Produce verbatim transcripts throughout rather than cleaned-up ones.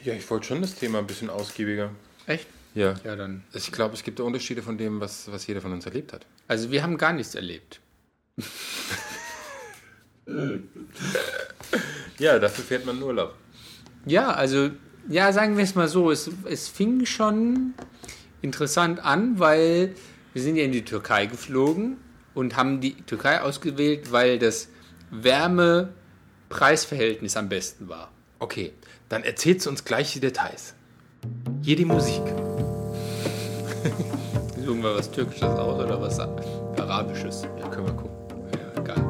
Ja, ich wollte schon das Thema ein bisschen ausgiebiger. Echt? Ja. Ja, dann. Ich glaube, es gibt da Unterschiede von dem, was, was jeder von uns erlebt hat. Also wir haben gar nichts erlebt. Ja, dafür fährt man in Urlaub. Ja, also, ja, sagen wir es mal so, es, es fing schon interessant an, weil wir sind ja in die Türkei geflogen und haben die Türkei ausgewählt, weil das Wärme-Preis-Verhältnis am besten war. Okay, dann erzählst du uns gleich die Details. Hier die Musik. Suchen wir was Türkisches aus oder was Arabisches? Ja, können wir gucken. Ja, egal.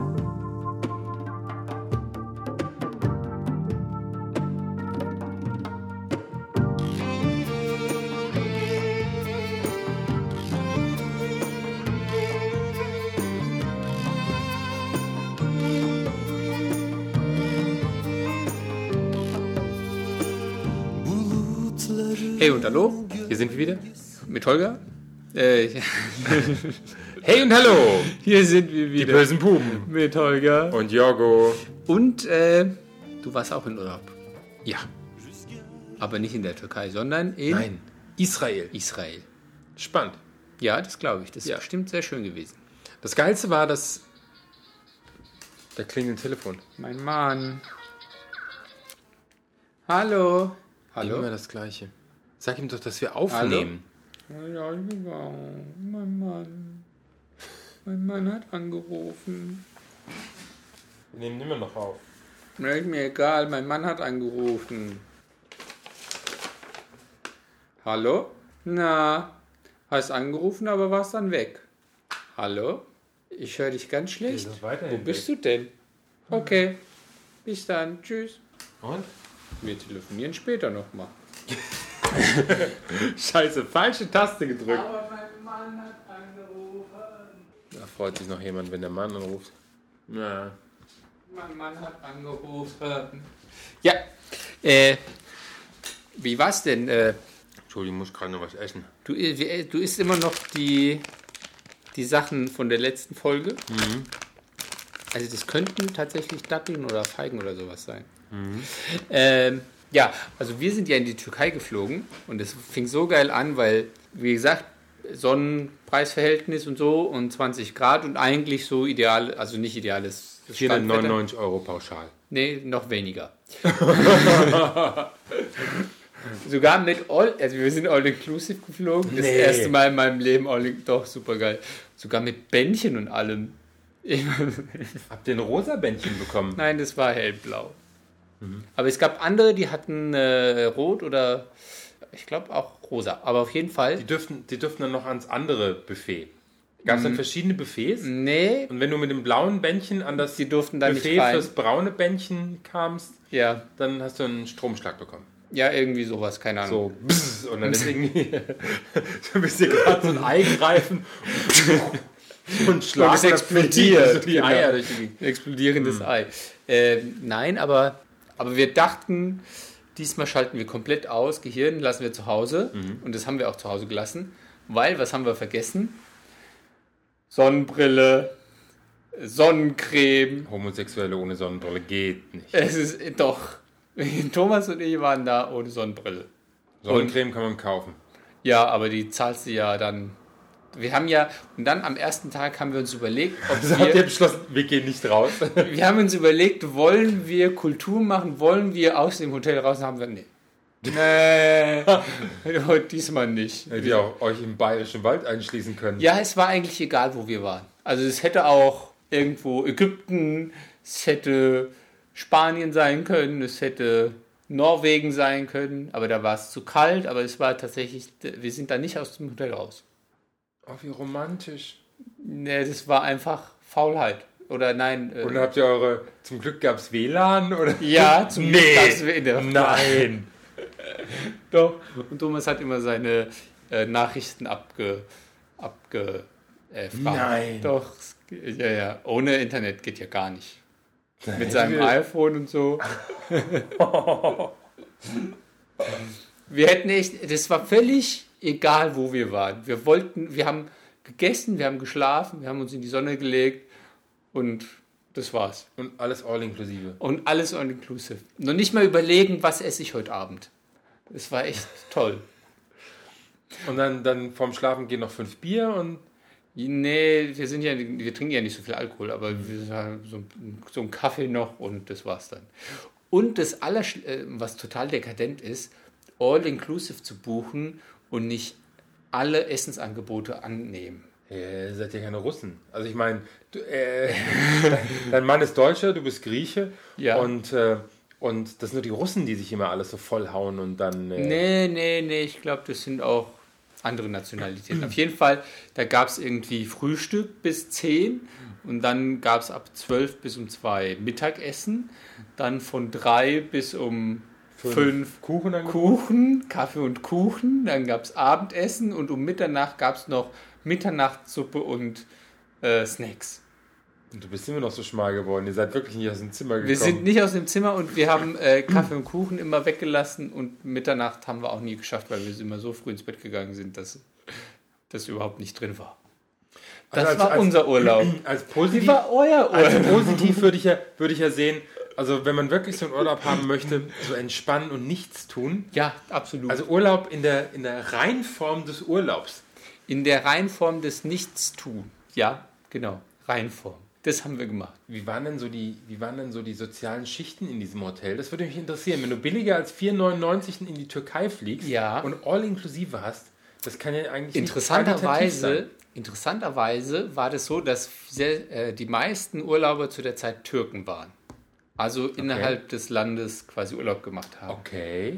Hey und hallo, Hier sind wir wieder. mit Holger. Äh, Hey und hallo, hier sind wir die wieder bösen Buben. mit Holger. Und Jorgo. Und äh, du warst auch in Urlaub. Ja, Aber nicht in der Türkei, sondern in nein, Israel. Israel. Spannend. Ja, das glaube ich. Das ist Ja. bestimmt sehr schön gewesen. Das Geilste war, dass... Da klingelt ein Telefon. Mein Mann. Hallo. Immer Hallo? das Gleiche. Sag ihm doch, dass wir aufnehmen. Ja, mein Mann. Mein Mann hat angerufen. Wir nehmen immer noch auf. Ist mir egal, mein Mann hat angerufen. Hallo? Na, hast angerufen, aber warst dann weg. Hallo? Ich höre dich ganz schlecht. doch weiterhin Wo bist du denn? Okay, bis dann. Tschüss. Und? Wir telefonieren später nochmal. Scheiße, falsche Taste gedrückt. Aber mein Mann hat angerufen. Da freut sich noch jemand, wenn der Mann anruft. Ja. Mein Mann hat angerufen. Ja, äh, wie war's denn? Äh, Entschuldigung, ich muss gerade noch was essen. du, äh, du isst immer noch die, die Sachen von der letzten Folge? Mhm. Also das könnten tatsächlich Datteln oder Feigen oder sowas sein. Mhm. Ähm, ja, also wir sind ja in die Türkei geflogen und es fing so geil an, weil, wie gesagt, Sonnenpreisverhältnis und so und zwanzig Grad und eigentlich so ideal, also nicht ideales vierhundertneunundneunzig Euro pauschal. Nee, noch weniger. Sogar mit All, also wir sind All-Inclusive geflogen, das Nee. erste Mal in meinem Leben All, doch super geil. Sogar mit Bändchen und allem. Habt ihr ein rosa Bändchen bekommen? Nein, das war hellblau. Aber es gab andere, die hatten äh, rot oder ich glaube auch rosa. Aber auf jeden Fall. Die dürften, die dürften dann noch ans andere Buffet. Gab es dann verschiedene Buffets? Nee, Und wenn du mit dem blauen Bändchen an das die durften da nicht Buffet rein. fürs braune Bändchen kamst, Ja, dann hast du einen Stromschlag bekommen. ja, irgendwie sowas, keine Ahnung. So, bzz, und dann ist irgendwie, du bist dir gerade so ein Ei greifen und Schlag Und es explodiert. so die Genau. Eier durch die Gegend. Explodierendes Ei. Äh, nein, aber, aber wir dachten, diesmal schalten wir komplett aus, Gehirn lassen wir zu Hause. Und das haben wir auch zu Hause gelassen. Weil, was haben wir vergessen? Sonnenbrille, Sonnencreme. Homosexuelle ohne Sonnenbrille geht nicht. Es ist doch. Thomas und ich waren da ohne Sonnenbrille. Sonnencreme kann man kaufen. Ja, aber die zahlst du ja dann. Wir haben ja, und dann am ersten Tag haben wir uns überlegt, ob Also habt ihr wir, beschlossen, wir gehen nicht raus? wir haben uns überlegt, wollen wir Kultur machen, wollen wir aus dem Hotel raus, haben wir, nee. Nee, heute diesmal nicht. Hättet ihr auch euch im Bayerischen Wald einschließen können. Ja, es war eigentlich egal, wo wir waren. Also es hätte auch irgendwo Ägypten, es hätte Spanien sein können, es hätte Norwegen sein können, aber da war es zu kalt, aber es war tatsächlich, wir sind da nicht aus dem Hotel raus. Oh, wie romantisch. Nee, das war einfach Faulheit. Oder nein. Äh, Und habt ihr eure, zum Glück gab es W L A N? Oder? ja, zum Glück Nee. gab's in der- Nein. Doch. Und Thomas hat immer seine äh, Nachrichten abge... abge äh, fragen. Nein. Doch. es geht- Ja, ja. Ohne Internet geht ja gar nicht. Mit hätten seinem wir- iPhone und so. Wir hätten echt... Das war völlig egal, wo wir waren. Wir wollten... Wir haben gegessen, wir haben geschlafen, wir haben uns in die Sonne gelegt und Das war's. Und alles all inklusive. Und alles all inclusive. Noch nicht mal überlegen, was esse ich heute Abend. Das war echt toll. Und dann, dann vorm Schlafen gehen noch fünf Bier und... Nee, wir sind ja, wir trinken ja nicht so viel Alkohol, aber wir haben so, so einen Kaffee noch und das war's dann. Und das Allersch was total dekadent ist, all inclusive zu buchen und nicht alle Essensangebote annehmen. Ihr seid ja keine Russen. Also ich meine, äh, dein Mann ist Deutscher, du bist Grieche. Ja. Und, äh, und das sind nur die Russen, die sich immer alles so vollhauen und dann... Äh Nee, nee, nee, ich glaube, das sind auch andere Nationalitäten. Auf jeden Fall, da gab es irgendwie Frühstück bis zehn und dann gab es ab zwölf bis um zwei Mittagessen, dann von drei bis um fünf Kuchen, Kuchen, Kaffee und Kuchen, dann gab es Abendessen und um Mitternacht gab es noch Mitternachtssuppe und äh, Snacks. Und du bist immer noch so schmal geworden. Ihr seid wirklich nicht aus dem Zimmer gekommen. Wir sind nicht aus dem Zimmer und wir haben äh, Kaffee und Kuchen immer weggelassen und Mitternacht haben wir auch nie geschafft, weil wir immer so früh ins Bett gegangen sind, dass das überhaupt nicht drin war. Das also als, war als, unser Urlaub. Als positiv, Wie war euer Urlaub? Als positiv würde ich, ja, würde ich ja sehen, also wenn man wirklich so einen Urlaub haben möchte, so entspannen und nichts tun. Ja, absolut. Also Urlaub in der, in der Reinform des Urlaubs. In der Reinform des Nichtstun. Ja, genau. Reinform. Das haben wir gemacht. Wie waren denn so die, wie waren denn so die sozialen Schichten in diesem Hotel? Das würde mich interessieren. Wenn du billiger als vier neunundneunzig in die Türkei fliegst ja. und all inklusive hast, das kann ja eigentlich interessanterweise, nicht sein. Interessanterweise war das so, dass sehr, äh, die meisten Urlauber zu der Zeit Türken waren. Also innerhalb okay. des Landes quasi Urlaub gemacht haben. Okay.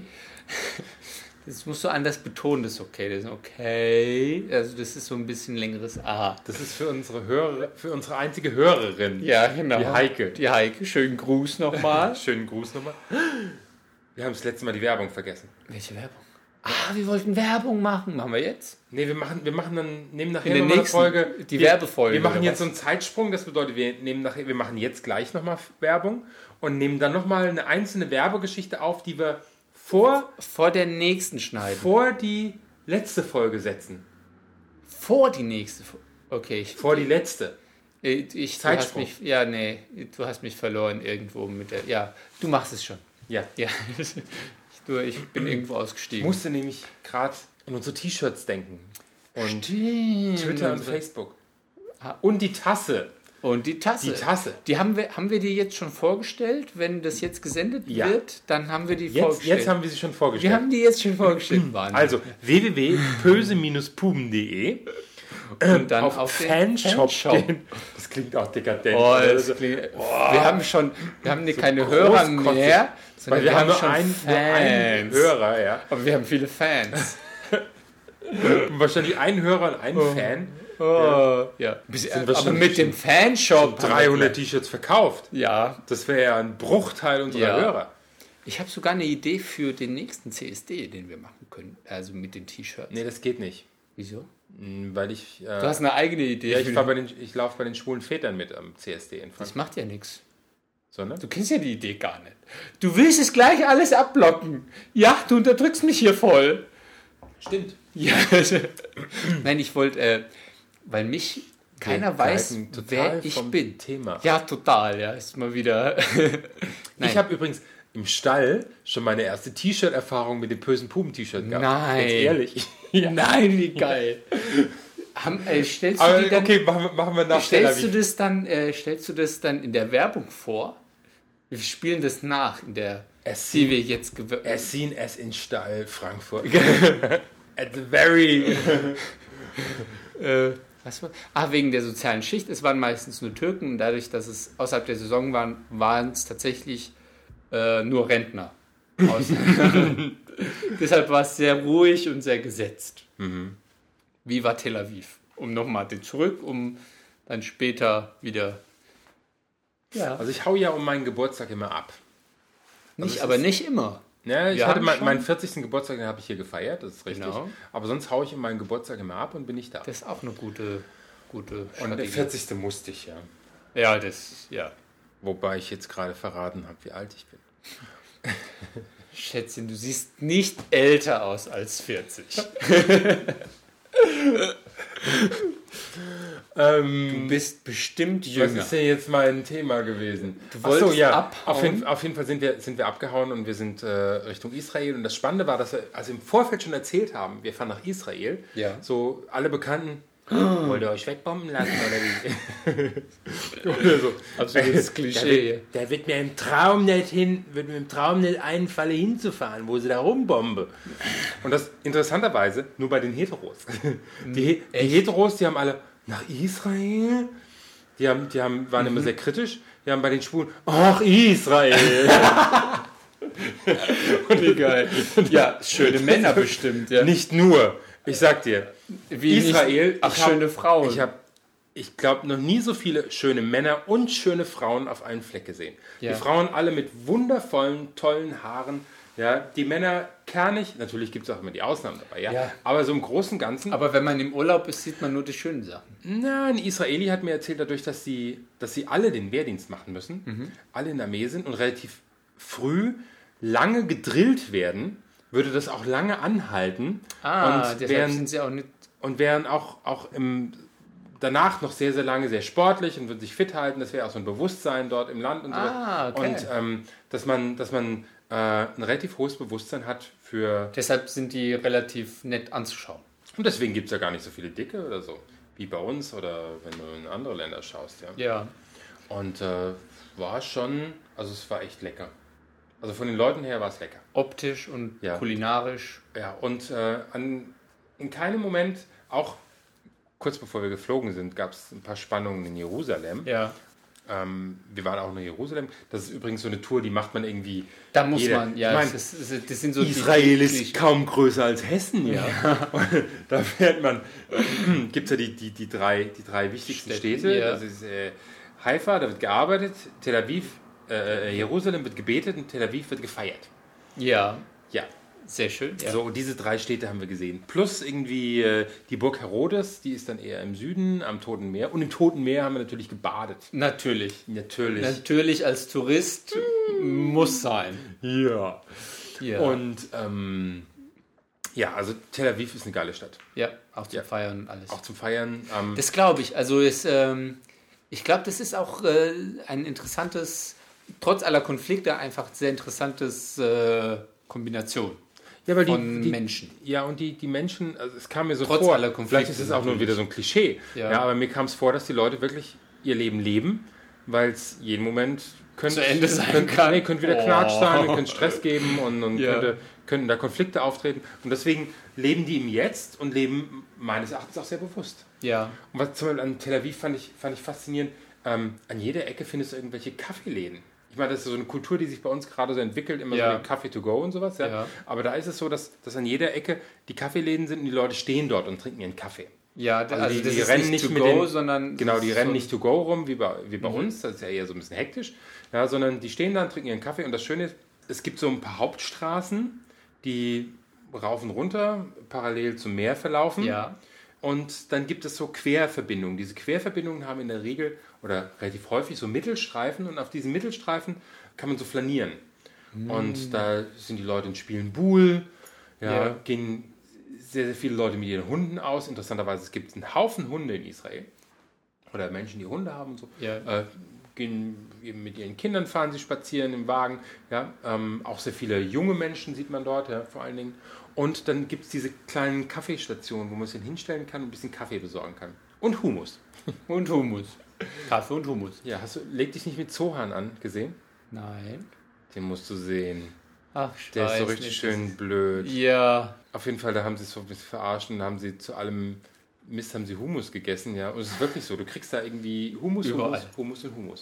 Das musst du anders betonen, das ist okay. Das ist okay. Also das ist so ein bisschen längeres A. Das ist für unsere Hörer, für unsere einzige Hörerin. Ja, genau. Die Heike. Die Heike. Schönen Gruß nochmal. Schönen Gruß nochmal. Wir haben das letzte Mal die Werbung vergessen. Welche Werbung? Ah, wir wollten Werbung machen. Machen wir jetzt? Nee, wir machen, wir machen dann, nehmen nachher in der nochmal nächsten, eine Folge. Die wir, Werbefolge. Wir machen jetzt so einen Zeitsprung. Das bedeutet, wir nehmen nachher, wir machen jetzt gleich nochmal Werbung und nehmen dann nochmal eine einzelne Werbegeschichte auf, die wir Vor, vor der nächsten schneiden. Vor die letzte Folge setzen. Vor die nächste Folge? Okay. Ich, vor die letzte. Ich, ich, du hast mich, ja, nee, du hast mich verloren irgendwo mit der, ja, du machst es schon. Ja. Ja. du, ich bin irgendwo ausgestiegen. Ich musste nämlich gerade an unsere T-Shirts denken. Und Stimmt. Twitter und Facebook. Und die Tasse. Und die Tasse. Die Tasse. Die haben wir, haben wir die jetzt schon vorgestellt? Wenn das jetzt gesendet ja. wird, dann haben wir die jetzt, vorgestellt. Jetzt haben wir sie schon vorgestellt. Wir haben die jetzt schon vorgestellt. Also w w w punkt pöse Bindestrich puben punkt de und dann auf, auf Fanshop Fanshop gehen. Das klingt auch dekadent. Oh, das klingt, oh. Wir haben schon, wir haben so keine Hörer mehr, sondern wir, wir haben, haben schon einen, Fans. Nur einen Hörer, ja. Aber wir haben viele Fans. Wahrscheinlich einen Hörer und einen oh. Fan. Oh, ja. ja. Aber mit dem Fanshop dreihundert T-Shirts verkauft. Ja. Das wäre ja ein Bruchteil unserer ja. Hörer. Ich habe sogar eine Idee für den nächsten C S D, den wir machen können. Also mit den T-Shirts. Nee, das geht nicht. Wieso? Weil ich... Äh, du hast eine eigene Idee. Ja, ich, bei den, ich laufe bei den schwulen Vätern mit am C S D in Frankfurt. Das macht ja nichts. Sondern? Du kennst ja die Idee gar nicht. Du willst es gleich alles abblocken. Ja, du unterdrückst mich hier voll. Stimmt. Ja. Nein, ich wollte... Äh, weil mich keiner weiß, wer ich bin. Thema. Ja, total. Ja, ist mal wieder. Ich habe übrigens im Stall schon meine erste T-Shirt-Erfahrung mit dem bösen Puben-T-Shirt gehabt. Nein. Ganz ehrlich. Ja. Nein, wie geil. Haben, äh, stellst du Aber, die dann, okay, machen wir, machen wir nach stellst du das dann, äh, stellst du das dann in der Werbung vor? Wir spielen das nach in der, as die wir jetzt gewöhnt. As seen as in Stall Frankfurt. At the very... äh, Was war? Ah, wegen der sozialen Schicht. Es waren meistens nur Türken und dadurch, dass es außerhalb der Saison waren, waren es tatsächlich äh, nur Rentner. Deshalb war es sehr ruhig und sehr gesetzt. Mhm. Wie war Tel Aviv? Um nochmal zurück, um dann später wieder... Ja. Also ich hau ja um meinen Geburtstag immer ab. Nicht, also aber nicht immer. Ja, ich Wir hatte mein, meinen vierzigsten Geburtstag, den habe ich hier gefeiert, das ist richtig. Genau. Aber sonst haue ich in meinen Geburtstag immer ab und bin nicht da. Das ist auch eine gute, gute Strategie. Und der vierzigste musste ich, ja. Ja, das, ja. Wobei ich jetzt gerade verraten habe, wie alt ich bin. Schätzchen, du siehst nicht älter aus als vierzig. Ähm, Du bist bestimmt was jünger. ist denn jetzt mein Thema gewesen? Du Ach so, wolltest ja. abhauen? Auf jeden, auf jeden Fall sind wir, sind wir abgehauen und wir sind äh, Richtung Israel. Und das Spannende war, dass wir also im Vorfeld schon erzählt haben, wir fahren nach Israel. Ja. So alle Bekannten, wollt ihr euch wegbomben lassen oder wie? Oder so. Absolutes Klischee. Da wird, da wird mir im Traum nicht hin, wird mir im Traum nicht einfallen, hinzufahren, wo sie da rumbombe. Und das interessanterweise nur bei den Heteros. Die, He- die Heteros, die haben alle nach Israel. Die haben, die haben, waren immer sehr kritisch. Die haben bei den Schwulen, ach Israel. Und wie geil. Ja, schöne Männer bestimmt. Ja. Nicht nur. Ich sag dir, Wie Israel, Nicht, ach, ich hab- schöne Frauen. Ich habe, ich glaube, noch nie so viele schöne Männer und schöne Frauen auf einen Fleck gesehen. Ja. Die Frauen alle mit wundervollen, tollen Haaren. Ja, die Männer kernig. Natürlich gibt es auch immer die Ausnahmen dabei. Ja? Ja. Aber so im Großen und Ganzen. Aber wenn man im Urlaub ist, sieht man nur die schönen Sachen. Na, ein Israeli hat mir erzählt, dadurch, dass sie, dass sie alle den Wehrdienst machen müssen, Mhm. alle in der Armee sind und relativ früh lange gedrillt werden, würde das auch lange anhalten. Ah, und deshalb wären, sind sie auch nicht... und wären auch, auch im, danach noch sehr, sehr lange sehr sportlich und würden sich fit halten. Das wäre auch so ein Bewusstsein dort im Land und so. Ah, okay. Und ähm, dass man, dass man äh, ein relativ hohes Bewusstsein hat für... Deshalb sind die relativ nett anzuschauen. Und deswegen gibt es ja gar nicht so viele Dicke oder so, wie bei uns oder wenn du in andere Länder schaust. Ja. Ja. Und äh, war schon, also es war echt lecker. Also von den Leuten her war es lecker. Optisch und Ja. kulinarisch. Ja, und äh, an, in keinem Moment, auch kurz bevor wir geflogen sind, gab es ein paar Spannungen in Jerusalem. Ja. Ähm, wir waren auch in Jerusalem. Das ist übrigens so eine Tour, die macht man irgendwie. Da muss jeder. man, ja, Ich mein, das, ist, das sind so Israel die, ist kaum größer als Hessen, ja. Und da fährt man, gibt es ja die, die, die, drei, die drei wichtigsten Städte, Städte. ja. Das ist äh, Haifa, da wird gearbeitet, Tel Aviv, äh, Jerusalem wird gebetet und Tel Aviv wird gefeiert. Ja, Ja, sehr schön. Ja. so diese drei Städte haben wir gesehen. Plus irgendwie äh, die Burg Herodes, die ist dann eher im Süden, am Toten Meer. Und im Toten Meer haben wir natürlich gebadet. Natürlich. Natürlich. Natürlich als Tourist muss sein. Ja. Ja. Und ähm, ja, also Tel Aviv ist eine geile Stadt. ja, auch zum Ja. Feiern und alles. Auch zum Feiern. Ähm, Das glaube ich. Also ist, ähm, ich glaube, das ist auch äh, ein interessantes, trotz aller Konflikte, einfach sehr interessantes äh, Kombination ja, weil von die, die Menschen. Ja, und die, die Menschen, also es kam mir so Trotz vor, aller Konflikte vielleicht ist es auch nur natürlich. wieder so ein Klischee, ja. Ja. aber mir kam es vor, dass die Leute wirklich ihr Leben leben, weil es jeden Moment könnte, Zu Ende sein könnte, kann. Nee, könnte wieder Oh. Knatsch sein, könnte Stress geben und, und Ja. könnte, könnten da Konflikte auftreten. Und deswegen leben die im Jetzt und leben meines Erachtens auch sehr bewusst. Ja. Und was zum Beispiel an Tel Aviv fand ich, fand ich faszinierend, ähm, an jeder Ecke findest du irgendwelche Kaffeeläden. Ich meine, das ist so eine Kultur, die sich bei uns gerade so entwickelt, immer Ja. so mit Kaffee to go und sowas. Ja? Ja. Aber da ist es so, dass, dass an jeder Ecke die Kaffeeläden sind und die Leute stehen dort und trinken ihren Kaffee. Ja, also, Also die- das die ist rennen nicht nicht to mit go, den- sondern Genau, das die ist rennen so- nicht to go rum wie bei, wie bei Mhm. uns, das ist ja eher so ein bisschen hektisch, ja, sondern die stehen da und trinken ihren Kaffee. Und das Schöne ist, es gibt so ein paar Hauptstraßen, die rauf und runter parallel zum Meer verlaufen. Ja. Und dann gibt es so Querverbindungen. Diese Querverbindungen haben in der Regel oder relativ häufig so Mittelstreifen und auf diesen Mittelstreifen kann man so flanieren. Und da sind die Leute und spielen Buhl, ja, Ja. gehen sehr, sehr viele Leute mit ihren Hunden aus. Interessanterweise, es gibt einen Haufen Hunde in Israel. Oder Menschen, die Hunde haben und so. Ja. Äh, gehen eben mit ihren Kindern, fahren sie spazieren im Wagen. Ja, ähm, auch sehr viele junge Menschen sieht man dort, ja, vor allen Dingen. Und dann gibt es diese kleinen Kaffeestationen, wo man sich hinstellen kann und ein bisschen Kaffee besorgen kann. Und Hummus. Und Hummus. Kaffee und Hummus. Ja, hast du, leg dich nicht mit Zohan an, gesehen? Nein. Den musst du sehen. Ach, ich Der ist so weiß richtig nicht. schön blöd. Ja. Auf jeden Fall, da haben sie es so ein bisschen verarscht und haben sie zu allem Mist haben sie Hummus gegessen, ja. Und es ist wirklich so, du kriegst da irgendwie Hummus, Überall. Hummus, Hummus und Hummus.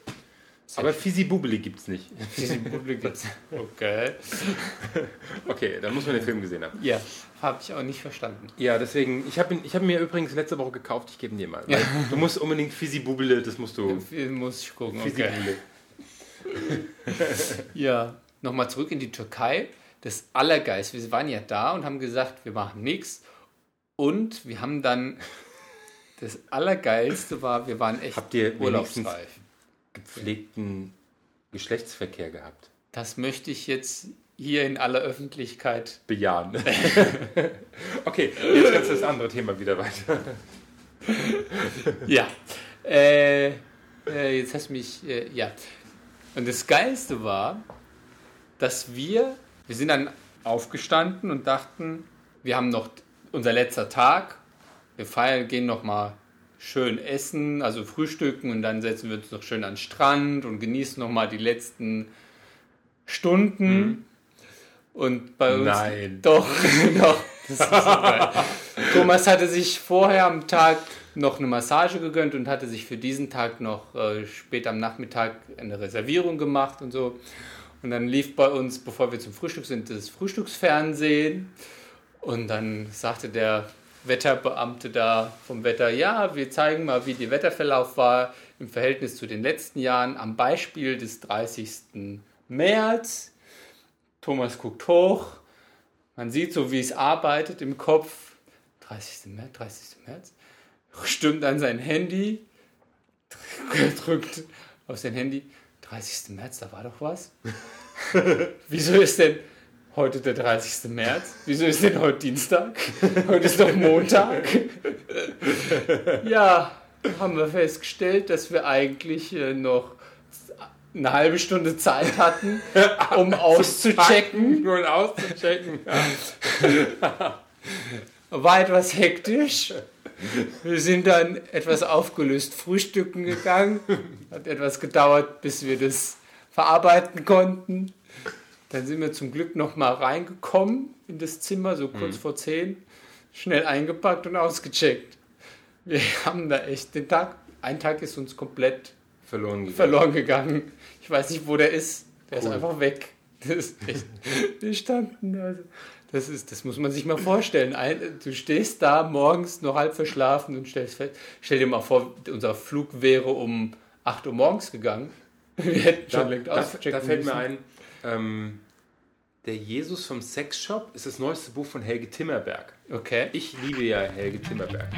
Aber Fisi Bubeli gibt's nicht. Diese Publik jetzt. Okay. Okay, dann muss man den Film gesehen haben. Ja, habe ich auch nicht verstanden. Ja, deswegen, ich habe ich hab mir übrigens letzte Woche gekauft, ich gebe ihn dir mal. Weil du musst unbedingt Fisi Bubele, das musst du. Muss ich gucken. Fisi Okay. Bubele. Ja, nochmal zurück in die Türkei. Das Allergeist. Wir waren ja da und haben gesagt, wir machen nichts. Und wir haben dann, das Allergeilste war, wir waren echt Habt ihr wenigstens urlaubsreif. gepflegten Geschlechtsverkehr gehabt? Das möchte ich jetzt hier in aller Öffentlichkeit. Bejahen. Okay, jetzt kannst du das andere Thema wieder weiter. Ja. Äh, äh, jetzt hast du mich... Äh, ja. Und das Geilste war, dass wir... Wir sind dann aufgestanden und dachten, wir haben noch unser letzter Tag. Wir feiern, gehen noch mal schön essen, also frühstücken und dann setzen wir uns noch schön an den Strand und genießen noch mal die letzten Stunden. Mhm. Und bei uns... Nein. Doch, doch. Das ist so geil. Thomas hatte sich vorher am Tag noch eine Massage gegönnt und hatte sich für diesen Tag noch äh, später am Nachmittag eine Reservierung gemacht und so. Und dann lief bei uns, bevor wir zum Frühstück sind, das Frühstücksfernsehen. Und dann sagte der Wetterbeamte da vom Wetter, ja, wir zeigen mal, wie der Wetterverlauf war im Verhältnis zu den letzten Jahren am Beispiel des dreißigsten März. Thomas guckt hoch. Man sieht so, wie es arbeitet im Kopf. dreißigsten März, dreißigsten März. Stimmt an sein Handy. Drückt auf sein Handy. dreißigsten März, da war doch was. Wieso ist denn heute der dreißigsten März? Wieso ist denn heute Dienstag? Heute ist doch Montag. Ja, haben wir festgestellt, dass wir eigentlich noch eine halbe Stunde Zeit hatten, um auszuchecken. Nur auszuchecken. War etwas hektisch. Wir sind dann etwas aufgelöst frühstücken gegangen. Hat etwas gedauert, bis wir das verarbeiten konnten. Dann sind wir zum Glück noch mal reingekommen in das Zimmer, so kurz mhm. vor zehn. Schnell eingepackt und ausgecheckt. Wir haben da echt den Tag, ein Tag ist uns komplett verloren gegangen. verloren gegangen. Ich weiß nicht, wo der ist. Der cool. ist einfach weg. Das ist echt, wir standen also. Das, ist, das muss man sich mal vorstellen. Ein, du stehst da morgens noch halb verschlafen und stellst fest, stell dir mal vor, unser Flug wäre um acht Uhr morgens gegangen. Wir hätten schon längst ausgecheckt. Da fällt mir ein, ähm, der Jesus vom Sexshop ist das neueste Buch von Helge Timmerberg. Okay. Ich liebe ja Helge Timmerberg.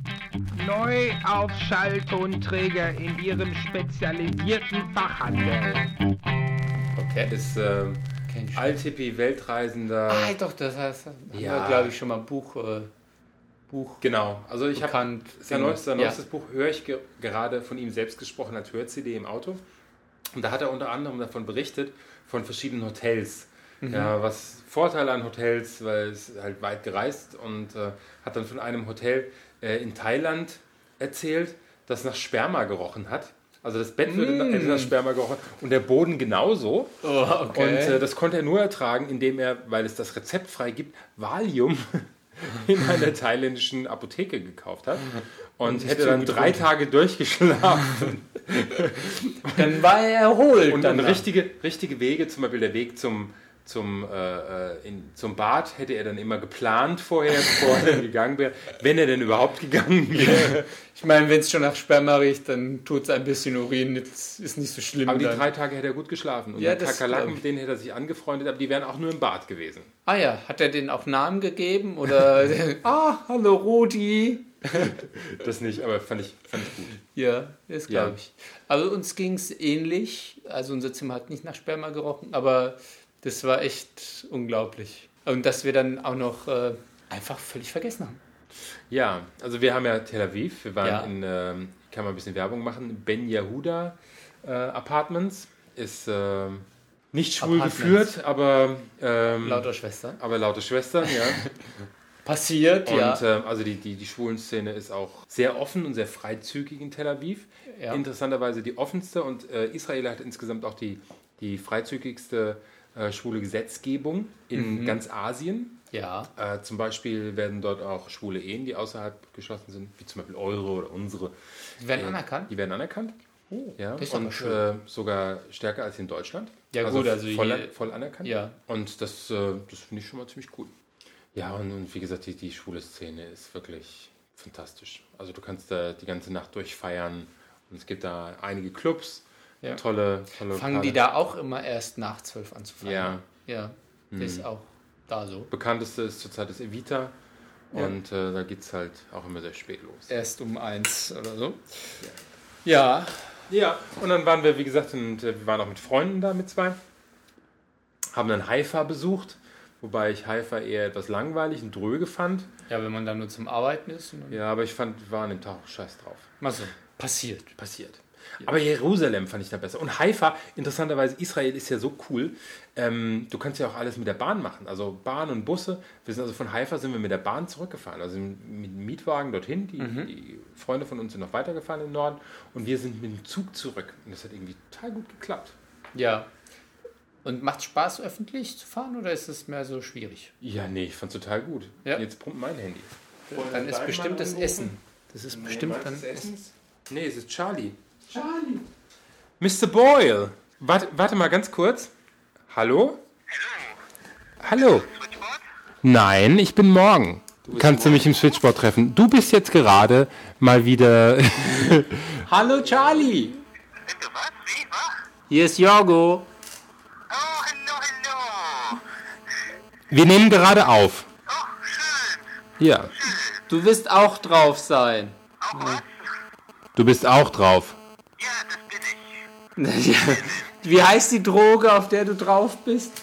Neu auf Schalltonträger in ihrem spezialisierten Fachhandel. Okay. Ist ähm, Althippie, Weltreisender. Ah, doch, das heißt, ja, glaube ich, schon mal ein Buch. Äh, Buch genau, also ich habe sein neuestes, sein neuestes ja. Buch höre ich ge- gerade von ihm selbst gesprochen als Hör-C D im Auto. Und da hat er unter anderem davon berichtet, von verschiedenen Hotels. Mhm. Ja, was Vorteile an Hotels, weil es halt weit gereist und äh, hat dann von einem Hotel äh, in Thailand erzählt, das nach Sperma gerochen hat. Also das Bett würde mm. nach Sperma gerochen und der Boden genauso. Oh, okay. Und äh, das konnte er nur ertragen, indem er, weil es das rezeptfrei gibt, Valium in einer thailändischen Apotheke gekauft hat. Und, und hätte dann drei Tage durchgeschlafen. Dann war er erholt. Und dann richtige, richtige Wege, zum Beispiel der Weg zum, zum, äh, in, zum Bad, hätte er dann immer geplant vorher, bevor er gegangen wäre, wenn er denn überhaupt gegangen wäre. Ich meine, wenn es schon nach Sperma riecht, dann tut es ein bisschen Urin, das ist nicht so schlimm. Aber die dann. drei Tage hätte er gut geschlafen. Und ja, die Kakerlaken, mit denen hätte er sich angefreundet, aber die wären auch nur im Bad gewesen. Ah ja, hat er denen auch Namen gegeben? Oder, ah, hallo Rudi. Das nicht, aber fand ich, fand ich gut. Ja, das glaube ja. ich. Aber uns ging es ähnlich. Also unser Zimmer hat nicht nach Sperma gerochen, aber das war echt unglaublich. Und dass wir dann auch noch äh, einfach völlig vergessen haben. Ja, also wir haben ja Tel Aviv. Wir waren ja. in, ähm, ich kann mal ein bisschen Werbung machen, Ben Yehuda äh, Apartments. Ist äh, nicht schwul geführt, aber... Ähm, lauter Schwestern. Aber lauter Schwestern, ja. Passiert, und, ja. Äh, also die, die, die Schwulenszene ist auch sehr offen und sehr freizügig in Tel Aviv. Ja. Interessanterweise die offenste und äh, Israel hat insgesamt auch die, die freizügigste äh, schwule Gesetzgebung in mhm. ganz Asien. Ja. Äh, zum Beispiel werden dort auch schwule Ehen, die außerhalb geschlossen sind, wie zum Beispiel eure oder unsere. Die werden äh, anerkannt? Die werden anerkannt. Oh, ja. das ist und äh, sogar stärker als in Deutschland. Ja, also gut, also voll, hier, voll anerkannt. Ja. Und das, äh, das finde ich schon mal ziemlich cool. Ja, und, und wie gesagt, die, die schwule Szene ist wirklich fantastisch. Also du kannst da die ganze Nacht durchfeiern und es gibt da einige Clubs, ja. tolle, tolle Fangen Lokale. Die da auch immer erst nach zwölf an zu feiern? Ja. Ja, das hm. ist auch da so. Bekannteste ist zurzeit das Evita ja. und äh, da geht es halt auch immer sehr spät los. Erst um eins oder so. Ja. Ja, ja. Und dann waren wir, wie gesagt, und, äh, wir waren auch mit Freunden da, mit zwei, haben dann Haifa besucht. wobei ich Haifa eher etwas langweilig und dröge fand. Ja, wenn man dann nur zum Arbeiten ist. Ja, aber ich fand, wir waren an dem Tag auch scheiß drauf. Also, passiert. Passiert. Aber Jerusalem fand ich da besser. Und Haifa, interessanterweise, Israel ist ja so cool. Ähm, du kannst ja auch alles mit der Bahn machen. Also Bahn und Busse. Wir sind also von Haifa sind wir mit der Bahn zurückgefahren. Also mit dem Mietwagen dorthin. Die, mhm. die Freunde von uns sind noch weitergefahren im Norden. Und wir sind mit dem Zug zurück. Und das hat irgendwie total gut geklappt. Ja. Und macht es Spaß, öffentlich zu fahren oder ist es mehr so schwierig? Ja, nee, ich fand es total gut. Ja. Jetzt pumpt mein Handy. Dann ist bestimmt das Essen. Das ist nee, bestimmt dann das Essen. Nee, es ist Charlie. Charlie. Mister Boyle. Warte, warte mal ganz kurz. Hallo? Hallo. Hallo. Nein, ich bin morgen. Du Kannst morgen? du mich im Switchboard treffen? Du bist jetzt gerade mal wieder... Hallo Charlie. Bitte was? Wie? Was? Hier ist Jorgo. Oh, hallo, hallo. Wir nehmen gerade auf. Oh, schön. Ja. Schön. Du wirst auch drauf sein. Auch was? Du bist auch drauf. Ja, das bin ich. Wie heißt die Droge, auf der du drauf bist?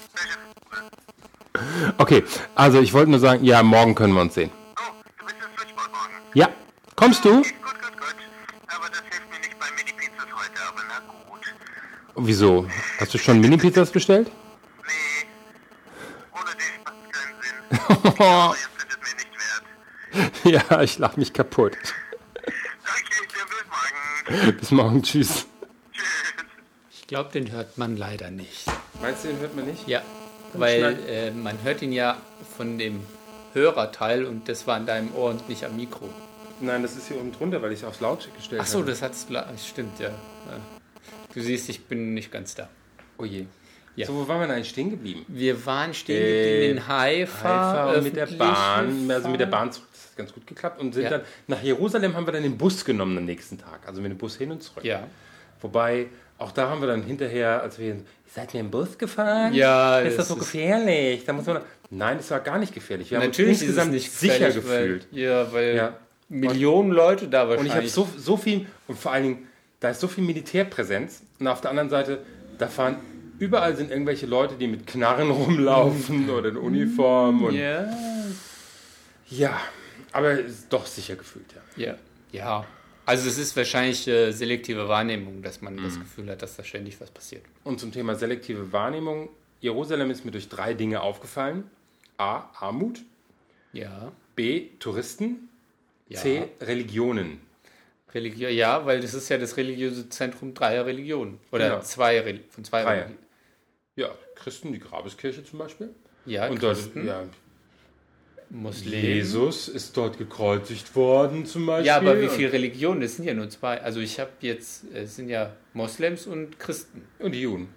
Okay, also ich wollte nur sagen, ja, morgen können wir uns sehen. Oh, du bist im Switchboard morgen. Ja. Kommst du? Gut, gut, gut. Aber das hilft mir nicht bei Mini-Pizzas heute, aber na gut. Wieso? Hast du schon Mini-Pizzas bestellt? Nee. Ohne dich macht es keinen Sinn. Aber jetzt sind es mir nicht wert. Ja, ich lach mich kaputt. Okay, bis morgen. Bis morgen, tschüss. Ich glaube, den hört man leider nicht. Meinst du, den hört man nicht? Ja, weil äh, man hört ihn ja von dem Hörerteil und das war in deinem Ohr und nicht am Mikro. Nein, das ist hier oben drunter, weil ich es aufs Lautstärke gestellt habe. Ach so, das hat's, stimmt, ja. Du siehst, ich bin nicht ganz da. Oh je. Ja. So, wo waren wir denn eigentlich stehen geblieben? Wir waren stehen geblieben in Haifa. Haifa mit der Bahn, also mit der Bahn zurück, das hat ganz gut geklappt. Und sind ja. dann nach Jerusalem haben wir dann den Bus genommen am nächsten Tag. Also mit dem Bus hin und zurück. Ja. Wobei, auch da haben wir dann hinterher, als wir, ihr seid mir im Bus gefahren? Ja. Ist das so gefährlich? Da muss man, nein, es war gar nicht gefährlich. Wir Natürlich haben uns insgesamt nicht sicher gefühlt. Weil, ja, weil ja. Millionen und, Leute da wahrscheinlich. Und ich habe so, so viel, und vor allen Dingen, da ist so viel Militärpräsenz. Und auf der anderen Seite, da fahren, überall sind irgendwelche Leute, die mit Knarren rumlaufen oder in Uniform. Und ja. Ja, aber ist doch sicher gefühlt, ja. Ja, ja. Also es ist wahrscheinlich äh, selektive Wahrnehmung, dass man mhm. das Gefühl hat, dass da ständig was passiert. Und zum Thema selektive Wahrnehmung, Jerusalem ist mir durch drei Dinge aufgefallen. A, Armut. Ja. B, Touristen. Ja. C, Religionen. Religion, ja, weil das ist ja das religiöse Zentrum dreier Religionen. Oder genau. zwei, von zwei Dreier. Religionen. Ja, Christen, die Grabeskirche zum Beispiel. Ja, und Christen. Dort, ja, Muslimen. Jesus ist dort gekreuzigt worden zum Beispiel. Ja, aber wie viele Religionen? Es sind ja nur zwei. Also ich habe jetzt, es sind ja Moslems und Christen. Und die Juden.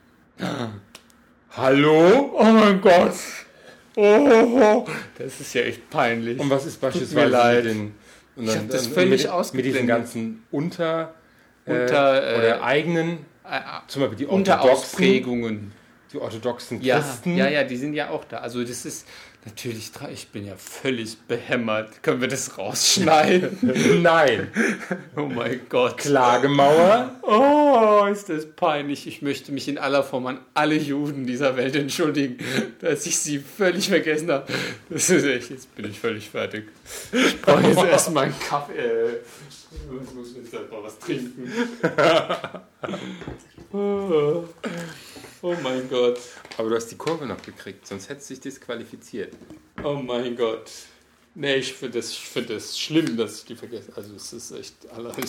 Hallo? Oh mein Gott. Oh, das ist ja echt peinlich. Und was ist beispielsweise mit den... Und dann, ich habe das völlig ausgeblendet. Mit diesen ganzen Unter... Unter äh, oder äh, eigenen... Äh, zum Beispiel die Unterausprägungen. Die orthodoxen Christen. Ja, ja, ja, die sind ja auch da. Also das ist... Natürlich, ich bin ja völlig behämmert. Können wir das rausschneiden? Nein. Oh mein Gott. Klagemauer. Oh, ist das peinlich. Ich möchte mich in aller Form an alle Juden dieser Welt entschuldigen, dass ich sie völlig vergessen habe. Das ist echt, jetzt bin ich völlig fertig. Ich brauche jetzt erstmal einen Kaffee. Ich muss jetzt halt mal was trinken. Oh. Oh mein Gott. Aber du hast die Kurve noch gekriegt, sonst hättest du dich disqualifiziert. Oh mein Gott. Nee, ich finde das, find das schlimm, dass ich die vergesse. Also es ist echt allerhand.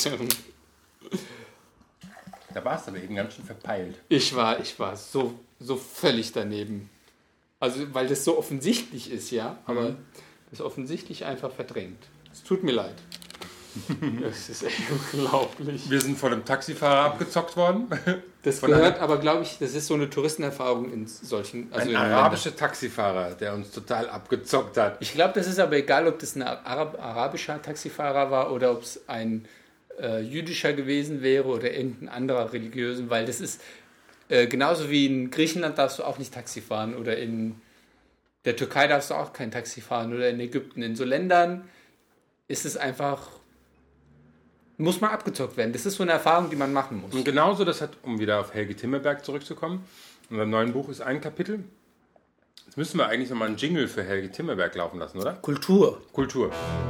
Da warst du aber eben ganz schön verpeilt. Ich war, ich war so, so völlig daneben. Also weil das so offensichtlich ist, ja. Aber mhm. das offensichtlich einfach verdrängt. Es tut mir leid. Das ist echt unglaublich. Wir sind von einem Taxifahrer abgezockt worden. Das von gehört aber, glaube ich, das ist so eine Touristenerfahrung in solchen... Also ein arabischer Taxifahrer, der uns total abgezockt hat. Ich glaube, das ist aber egal, ob das ein Arab- arabischer Taxifahrer war oder ob es ein äh, jüdischer gewesen wäre oder irgendein anderer religiösen, weil das ist äh, genauso wie in Griechenland darfst du auch nicht Taxi fahren oder in der Türkei darfst du auch kein Taxi fahren oder in Ägypten. In so Ländern ist es einfach... muss man abgezockt werden. Das ist so eine Erfahrung, die man machen muss. Und genauso, das hat, um wieder auf Helge Timmerberg zurückzukommen, in seinem neuen Buch ist ein Kapitel, Jetzt müssen wir eigentlich nochmal einen Jingle für Helge Timmerberg laufen lassen, oder? Kultur. Kultur.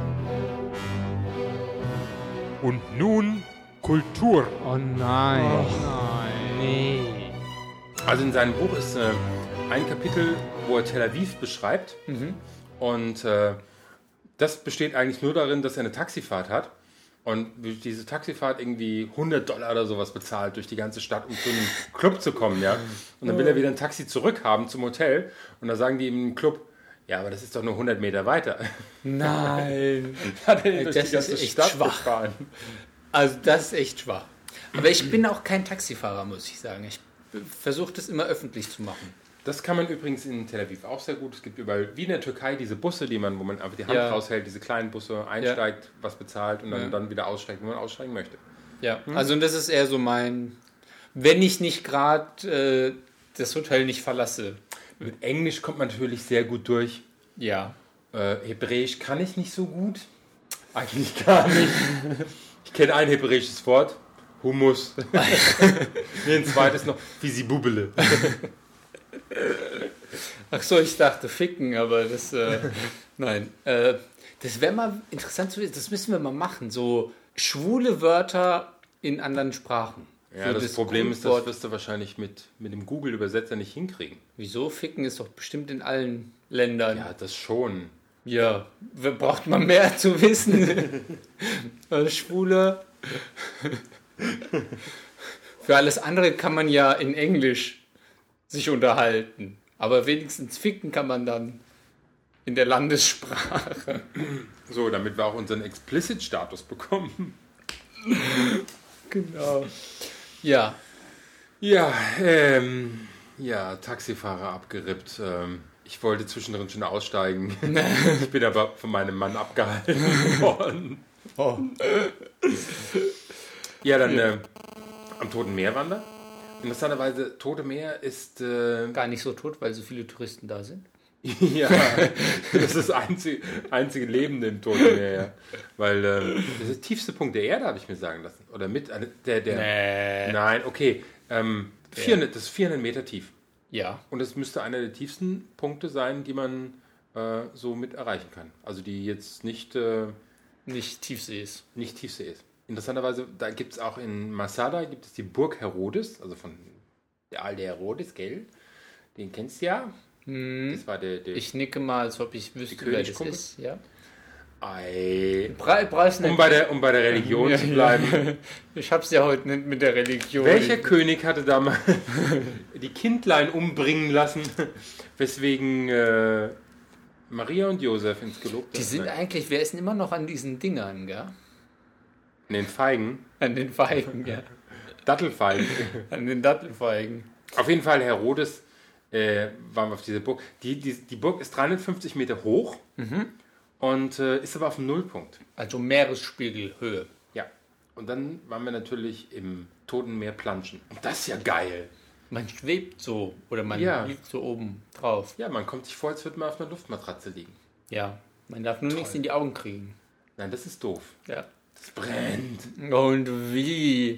Und nun Kultur. Oh nein. Oh nein. Nee. Also in seinem Buch ist äh, ein Kapitel, wo er Tel Aviv beschreibt. Mhm. Und äh, das besteht eigentlich nur darin, dass er eine Taxifahrt hat. Und diese Taxifahrt irgendwie hundert Dollar oder sowas bezahlt durch die ganze Stadt, um zu einem Club zu kommen, ja. Und dann will er wieder ein Taxi zurückhaben zum Hotel. Und da sagen die ihm im Club, ja, aber das ist doch nur hundert Meter weiter. Nein. Hat er durch Das die ganze ist echt Stadt schwach. gefahren. Also das ist echt schwach. Aber ich bin auch kein Taxifahrer, muss ich sagen. Ich versuche das immer öffentlich zu machen. Das kann man übrigens in Tel Aviv auch sehr gut. Es gibt überall, wie in der Türkei, diese Busse, die man, wo man einfach die Hand Ja. raushält, diese kleinen Busse, einsteigt, was bezahlt und dann, Ja. dann wieder aussteigt, wenn man aussteigen möchte. Ja, also das ist eher so mein, wenn ich nicht gerade äh, das Hotel nicht verlasse. Mit Englisch kommt man natürlich sehr gut durch. Ja. Äh, Hebräisch kann ich nicht so gut. Eigentlich gar nicht. Ich kenne ein hebräisches Wort. Hummus. Nee, ein zweites noch. Visibubele. Ach so, ich dachte ficken, aber das, äh, nein. Äh, das wäre mal interessant zu wissen, das müssen wir mal machen. So schwule Wörter in anderen Sprachen. Ja, so das, Problem ist, das Grundwort- wirst du wahrscheinlich mit, mit dem Google-Übersetzer nicht hinkriegen. Wieso? Ficken ist doch bestimmt in allen Ländern. Ja, das schon. Ja, wer- braucht man mehr zu wissen? Als Schwule. Für alles andere kann man ja in Englisch sich unterhalten. Aber wenigstens ficken kann man dann in der Landessprache. So, damit wir auch unseren Explicit-Status bekommen. Genau. Ja. Ja, ähm, ja, Taxifahrer abgerippt. Ähm, ich wollte zwischendrin schon aussteigen. Ich bin aber von meinem Mann abgehalten worden. Oh. Ja, dann äh, am Toten Meer waren wir. Interessanterweise, Tote Meer ist... Äh, Gar nicht so tot, weil so viele Touristen da sind. ja, das ist das einzige, einzige Lebende im Toten Meer. Ja. Weil äh, das ist der tiefste Punkt der Erde, habe ich mir sagen lassen. Oder mit... eine- Der, der, Nee. Nein, okay. Ähm, vierhundert, das ist vierhundert Meter tief. Ja. Und es müsste einer der tiefsten Punkte sein, die man äh, so mit erreichen kann. Also die jetzt nicht, äh, Nicht Tiefsee ist. nicht Tiefsee ist. Interessanterweise, da gibt es auch in Masada gibt es die Burg Herodes, also von der alte Herodes, gell? Den kennst du ja. Das war der, der Ich nicke mal, als ob ich wüsste, wer das Königskumpel? ist. Ja. Ei. Bra brauchst Um nicht. bei der, um bei der Religion Ja, zu ja. bleiben. Ich hab's ja heute nicht mit der Religion. Welcher König hatte damals die Kindlein umbringen lassen, weswegen äh, Maria und Josef ins Gelobte... Die sind eigentlich, wer ist denn immer noch an diesen Dingern, gell? in den Feigen, An den Feigen, ja. Dattelfeigen. An den Dattelfeigen. Auf jeden Fall, Herodes äh, waren wir auf dieser Burg. Die, die, die Burg ist dreihundertfünfzig Meter hoch und äh, ist aber auf dem Nullpunkt. Also Meeresspiegelhöhe. Ja. Und dann waren wir natürlich im Toten Meer planschen. Und das ist ja geil. Man schwebt so oder man Ja. liegt so oben drauf. Ja, man kommt sich vor, als würde man auf einer Luftmatratze liegen. Ja. Man darf nur nichts in die Augen kriegen. Nein, das ist doof. Ja. Das brennt. Und wie?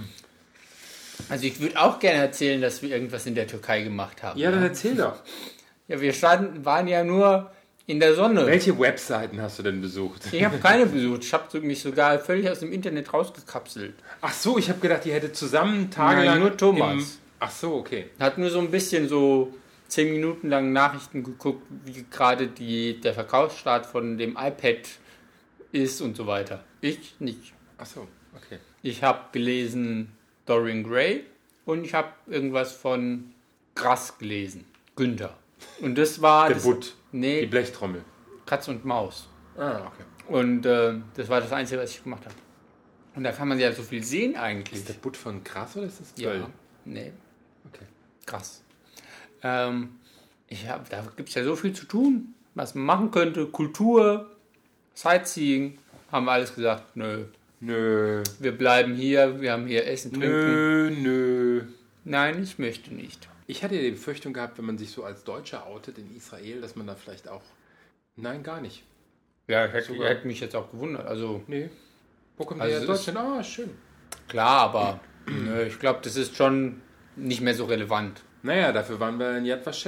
Also ich würde auch gerne erzählen, dass wir irgendwas in der Türkei gemacht haben. Ja, dann erzähl doch. Ja, wir standen, waren ja nur in der Sonne. Welche Webseiten hast du denn besucht? Ich habe keine besucht. Ich habe mich sogar völlig aus dem Internet rausgekapselt. Ach so, ich habe gedacht, ihr hättet zusammen tagelang... Nein, nur Thomas. Im, ach so, okay. Hat nur so ein bisschen so zehn Minuten lang Nachrichten geguckt, wie gerade die, der Verkaufsstart von dem iPad ist und so weiter. Ich nicht. Ach so, okay. Ich habe gelesen Dorian Gray und ich habe irgendwas von Grass gelesen. Günther. Und das war... Der das, Butt. Die Nee, Blechtrommel. Katz und Maus. Ah, okay. Und äh, das war das Einzige, was ich gemacht habe. Und da kann man ja so viel sehen eigentlich. Ist der Butt von Gras oder ist das Ja, Göll? nee, Okay. krass. Ähm, ich hab, da gibt es ja so viel zu tun, was man machen könnte. Kultur, Sightseeing, haben wir alles gesagt, nö. Nö. Wir bleiben hier, wir haben hier Essen, Trinken. Nö, nö. Nein, ich möchte nicht. Ich hatte die Befürchtung gehabt, wenn man sich so als Deutscher outet in Israel, dass man da vielleicht auch... Nein, gar nicht. Ja, ich hätte, Sogar. hätte mich jetzt auch gewundert. Also Nee. Wo kommt Also der es Deutschland? Ah, schön. klar, aber nö, ich glaube, das ist schon nicht mehr so relevant. Naja, dafür waren wir in Yad Vashem.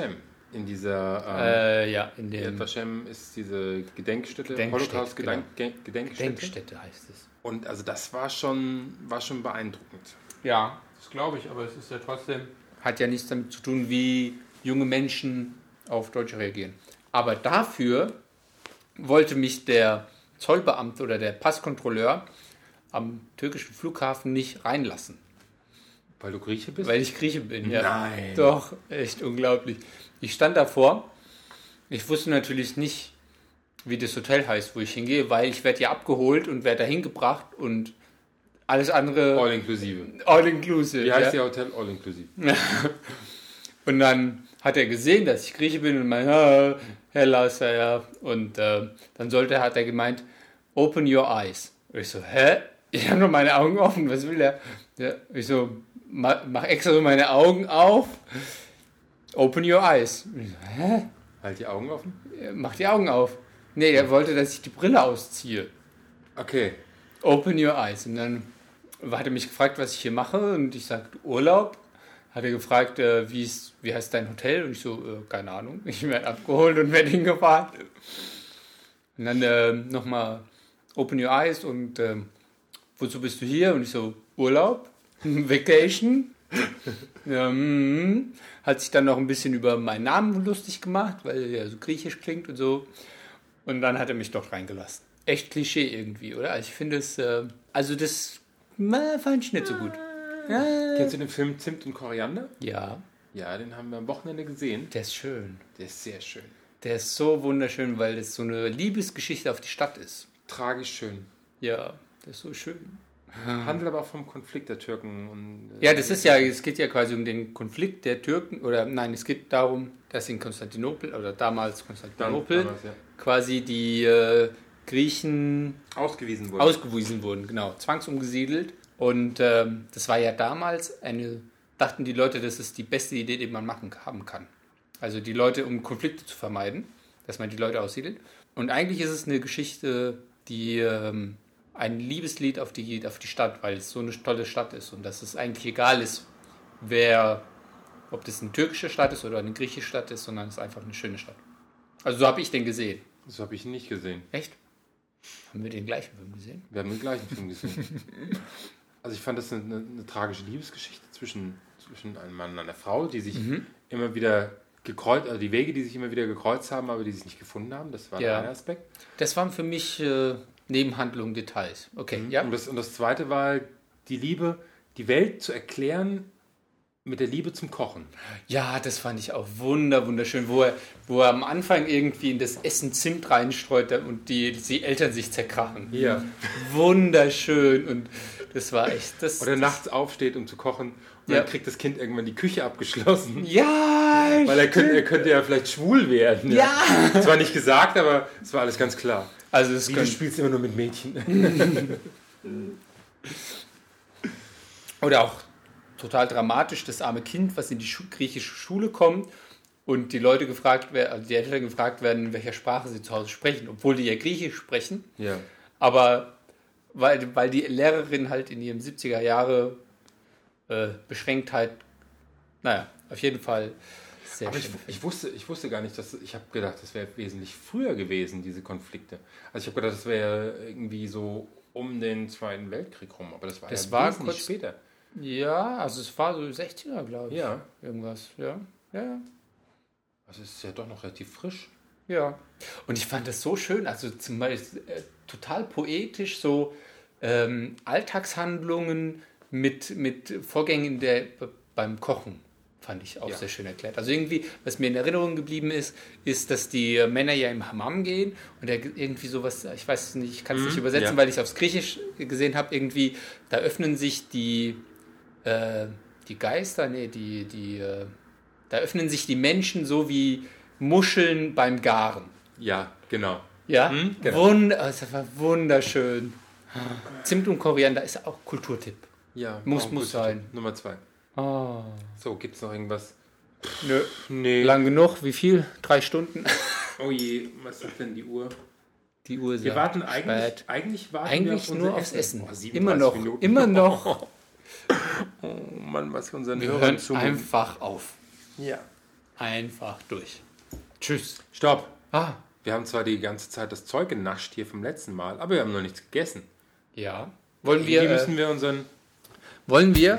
In dieser ähm, Äh, ja, in Yad dem Vashem ist diese Gedenkstätte, Gedenkstätte, Holocaust-Gedenkstätte. genau. Gedenkstätte. Denkstätte heißt es. Und also das war schon, war schon beeindruckend. Ja, das glaube ich, aber es ist ja trotzdem... Hat ja nichts damit zu tun, wie junge Menschen auf Deutsche reagieren. Aber dafür wollte mich der Zollbeamte oder der Passkontrolleur am türkischen Flughafen nicht reinlassen. Weil du Grieche bist? Weil ich Grieche bin, ja. Nein. Doch, echt unglaublich. Ich stand davor. Ich wusste natürlich nicht, wie das Hotel heißt, wo ich hingehe, weil ich werde ja abgeholt und werde dahin gebracht und alles andere All inklusive. all inclusive. Wie heißt ja? Ihr Hotel? All inklusive. Und dann hat er gesehen, dass ich Grieche bin und meinte, ah, Herr Lasser, ja. Und äh, dann sollte, hat er gemeint, open your eyes. Und ich so, hä? Ich habe nur meine Augen offen, was will er? Ja, ich so, mach, mach extra so meine Augen auf. Open your eyes. Und ich so, hä? Halt die Augen offen. Mach die Augen auf. Nee, er wollte, dass ich die Brille ausziehe. Okay. Open your eyes. Und dann hat er mich gefragt, was ich hier mache. Und ich sagte, Urlaub. Hat er gefragt, äh, wie, ist, wie heißt dein Hotel? Und ich so, äh, keine Ahnung. Ich werde abgeholt und werde hingefahren. Und dann äh, nochmal Open your eyes. Und äh, wozu bist du hier? Und ich so, Urlaub. Vacation. Ja, mm, hat sich dann noch ein bisschen über meinen Namen lustig gemacht, weil er so griechisch klingt und so. Und dann hat er mich doch reingelassen. Echt Klischee irgendwie, oder? Also ich finde es, äh, also das na, fand ich nicht so gut. Ja, Kennst du den Film Zimt und Koriander? ja, Ja, den haben wir am Wochenende gesehen. der ist schön. Der ist sehr schön. Der ist so wunderschön, weil das so eine Liebesgeschichte auf die Stadt ist. Tragisch schön. Ja, das ist so schön. Handelt aber auch vom Konflikt der Türken. Und, äh, Ja, das ist ja, es geht ja quasi um den Konflikt der Türken, oder nein, es geht darum, dass in Konstantinopel, oder damals Konstantinopel, damals, ja. quasi die äh, Griechen ausgewiesen wurde. ausgewiesen wurden, genau, zwangsumgesiedelt. Und ähm, das war ja damals eine, dachten die Leute, das ist die beste Idee, die man machen haben kann. Also die Leute, um Konflikte zu vermeiden, dass man die Leute aussiedelt. Und eigentlich ist es eine Geschichte, die ähm, ein Liebeslied auf die, auf die Stadt, weil es so eine tolle Stadt ist und dass es eigentlich egal ist, wer, ob das eine türkische Stadt ist oder eine griechische Stadt ist, sondern es ist einfach eine schöne Stadt. Also so habe ich den gesehen. Das habe ich nicht gesehen. Echt? Haben wir den gleichen Film gesehen? Wir haben den gleichen Film gesehen. Also ich fand das eine, eine, eine tragische Liebesgeschichte zwischen, zwischen einem Mann und einer Frau, die sich Mhm. immer wieder gekreuzt, also die Wege, die sich immer wieder gekreuzt haben, aber die sich nicht gefunden haben. Das war Ja. der eine Aspekt. Das waren für mich äh, Nebenhandlungen, Details. Okay, ja. Und das, und das zweite war die Liebe, die Welt zu erklären mit der Liebe zum Kochen. Ja, das fand ich auch wunder, wunderschön, wo er, wo er am Anfang irgendwie in das Essen Zimt reinstreut und die, die Eltern sich zerkrachen. Ja. Wunderschön und das war echt... Das, Oder das, nachts aufsteht, um zu kochen und Ja. dann kriegt das Kind irgendwann die Küche abgeschlossen. Ja! Weil er könnte, er könnte ja vielleicht schwul werden. Ja! Zwar nicht gesagt, aber es war alles ganz klar. Also das Wie, du könnte, spielst immer nur mit Mädchen. oder auch total dramatisch, das arme Kind, was in die Schu griechische Schule kommt und die Leute gefragt werden, also die Eltern gefragt werden, in welcher Sprache sie zu Hause sprechen, obwohl die ja Griechisch sprechen. Ja. Aber weil, weil die Lehrerin halt in ihrem siebziger Jahre äh, Beschränktheit, naja, auf jeden Fall sehr Aber ich, schön. ich, wusste, ich wusste gar nicht, dass ich habe gedacht, das wäre wesentlich früher gewesen, diese Konflikte. Also ich habe gedacht, das wäre irgendwie so um den Zweiten Weltkrieg rum, aber das war Das ja war wesentlich kurz- später. Ja, also es war so sechziger, glaube ich. Ja, Irgendwas, ja. Ja, also es ist ja doch noch relativ frisch. ja. Und ich fand das so schön, also zum Beispiel äh, total poetisch, so ähm, Alltagshandlungen mit, mit Vorgängen der, beim Kochen. Fand ich auch Ja. sehr schön erklärt. Also irgendwie, was mir in Erinnerung geblieben ist, ist, dass die Männer ja im Hammam gehen und der irgendwie sowas, ich weiß es nicht, ich kann es nicht übersetzen, ja. weil ich es aufs Griechisch gesehen habe, irgendwie, da öffnen sich die, äh, die Geister, nee, die, die, äh, da öffnen sich die Menschen so wie Muscheln beim Garen. Ja, genau. Ja, Hm, genau. Wund also das war wunderschön. Zimt und Koriander ist auch Kulturtipp. Ja, Muss- auch muss gut. sein. Nummer zwei. Oh. So, gibt es noch irgendwas? Nö. Nee. Lang genug, wie viel? Drei Stunden? Oh je, was ist denn die Uhr? Die Uhr ist Wir warten eigentlich, spät. eigentlich warten Eigentlich wir auf nur unser aufs Essen. Oh, siebenunddreißig Immer noch, Minuten. immer noch. Oh Mann, was wir unseren Wir Hörern hören zumuten. einfach auf. Ja. einfach durch. Tschüss. Stopp. Ah, Wir haben zwar die ganze Zeit das Zeug genascht hier vom letzten Mal, aber wir haben noch nichts gegessen. ja. Wollen Wie wir, müssen äh, wir unseren... wollen wir?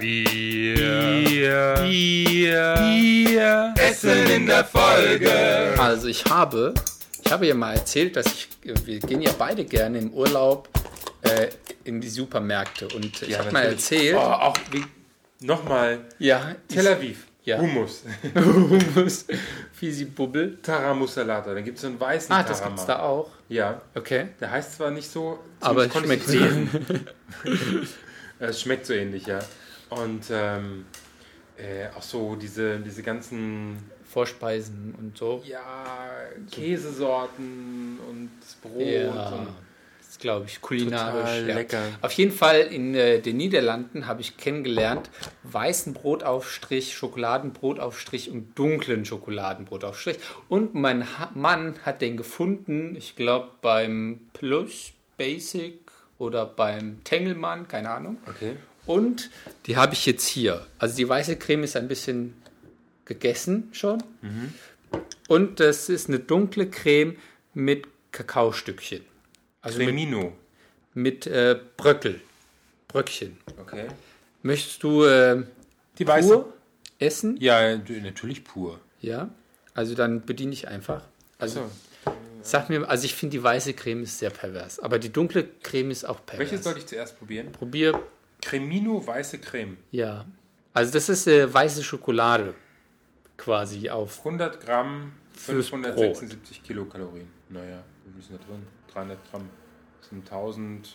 Essen in der Folge. Also ich habe, ich habe ja mal erzählt, dass ich, wir gehen ja beide gerne im Urlaub äh, in die Supermärkte. Und ich habe mal erzählt, Oh, auch wie... Nochmal. ja, Tel Aviv. Ja. Hummus. Hummus, Fisi-Bubbel. Taramussalata. Dann gibt es so einen weißen Ah, das Tarama. gibt's da auch. Ja. Okay. Der heißt zwar nicht so... Aber es konnte ich schmeckt nicht lesen. Es schmeckt so ähnlich, ja. Und ähm, äh, auch so diese, diese ganzen... Vorspeisen und so. Ja, Käsesorten und das Brot. Ja, Und das ist, glaube ich, kulinarisch. Total Ja. lecker. Auf jeden Fall in äh, den Niederlanden habe ich kennengelernt, weißen Brotaufstrich, Schokoladenbrotaufstrich und dunklen Schokoladenbrotaufstrich. Und mein ha- Mann hat den gefunden, ich glaube beim Plus Basic oder beim Tengelmann, keine Ahnung. okay. Und die habe ich jetzt hier. Also die weiße Creme ist ein bisschen gegessen schon. Und das ist eine dunkle Creme mit Kakaostückchen. Also mit, Cremino. mit äh, Bröckel. Bröckchen. Okay. Möchtest du äh, Die weiße. pur essen? Ja, du- natürlich pur. Ja. Also dann bediene ich einfach. Also So. sag mir, also ich finde die weiße Creme ist sehr pervers. Aber die dunkle Creme ist auch pervers. Welches sollte ich zuerst probieren? Probier. Cremino weiße Creme. Ja. Also das ist äh, weiße Schokolade. Quasi auf. hundert Gramm, Fürs fünfhundertsechsundsiebzig Kilokalorien. Naja, wir müssen da drin. dreihundert Gramm. Das sind tausend.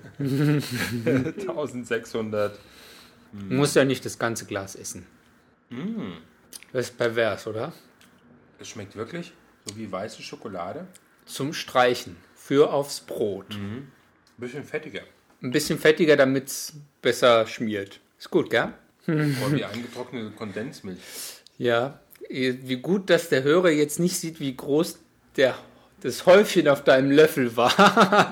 eintausendsechshundert. Du musst ja nicht das ganze Glas essen. Das ist pervers, oder? Es schmeckt wirklich so wie weiße Schokolade. Zum Streichen. Für aufs Brot. Ein bisschen fettiger. Ein bisschen fettiger, damit es besser schmiert. Ist gut, gell? Oder wie eingetrocknete Kondensmilch. Ja. Wie gut, dass der Hörer jetzt nicht sieht, wie groß der, das Häufchen auf deinem Löffel war.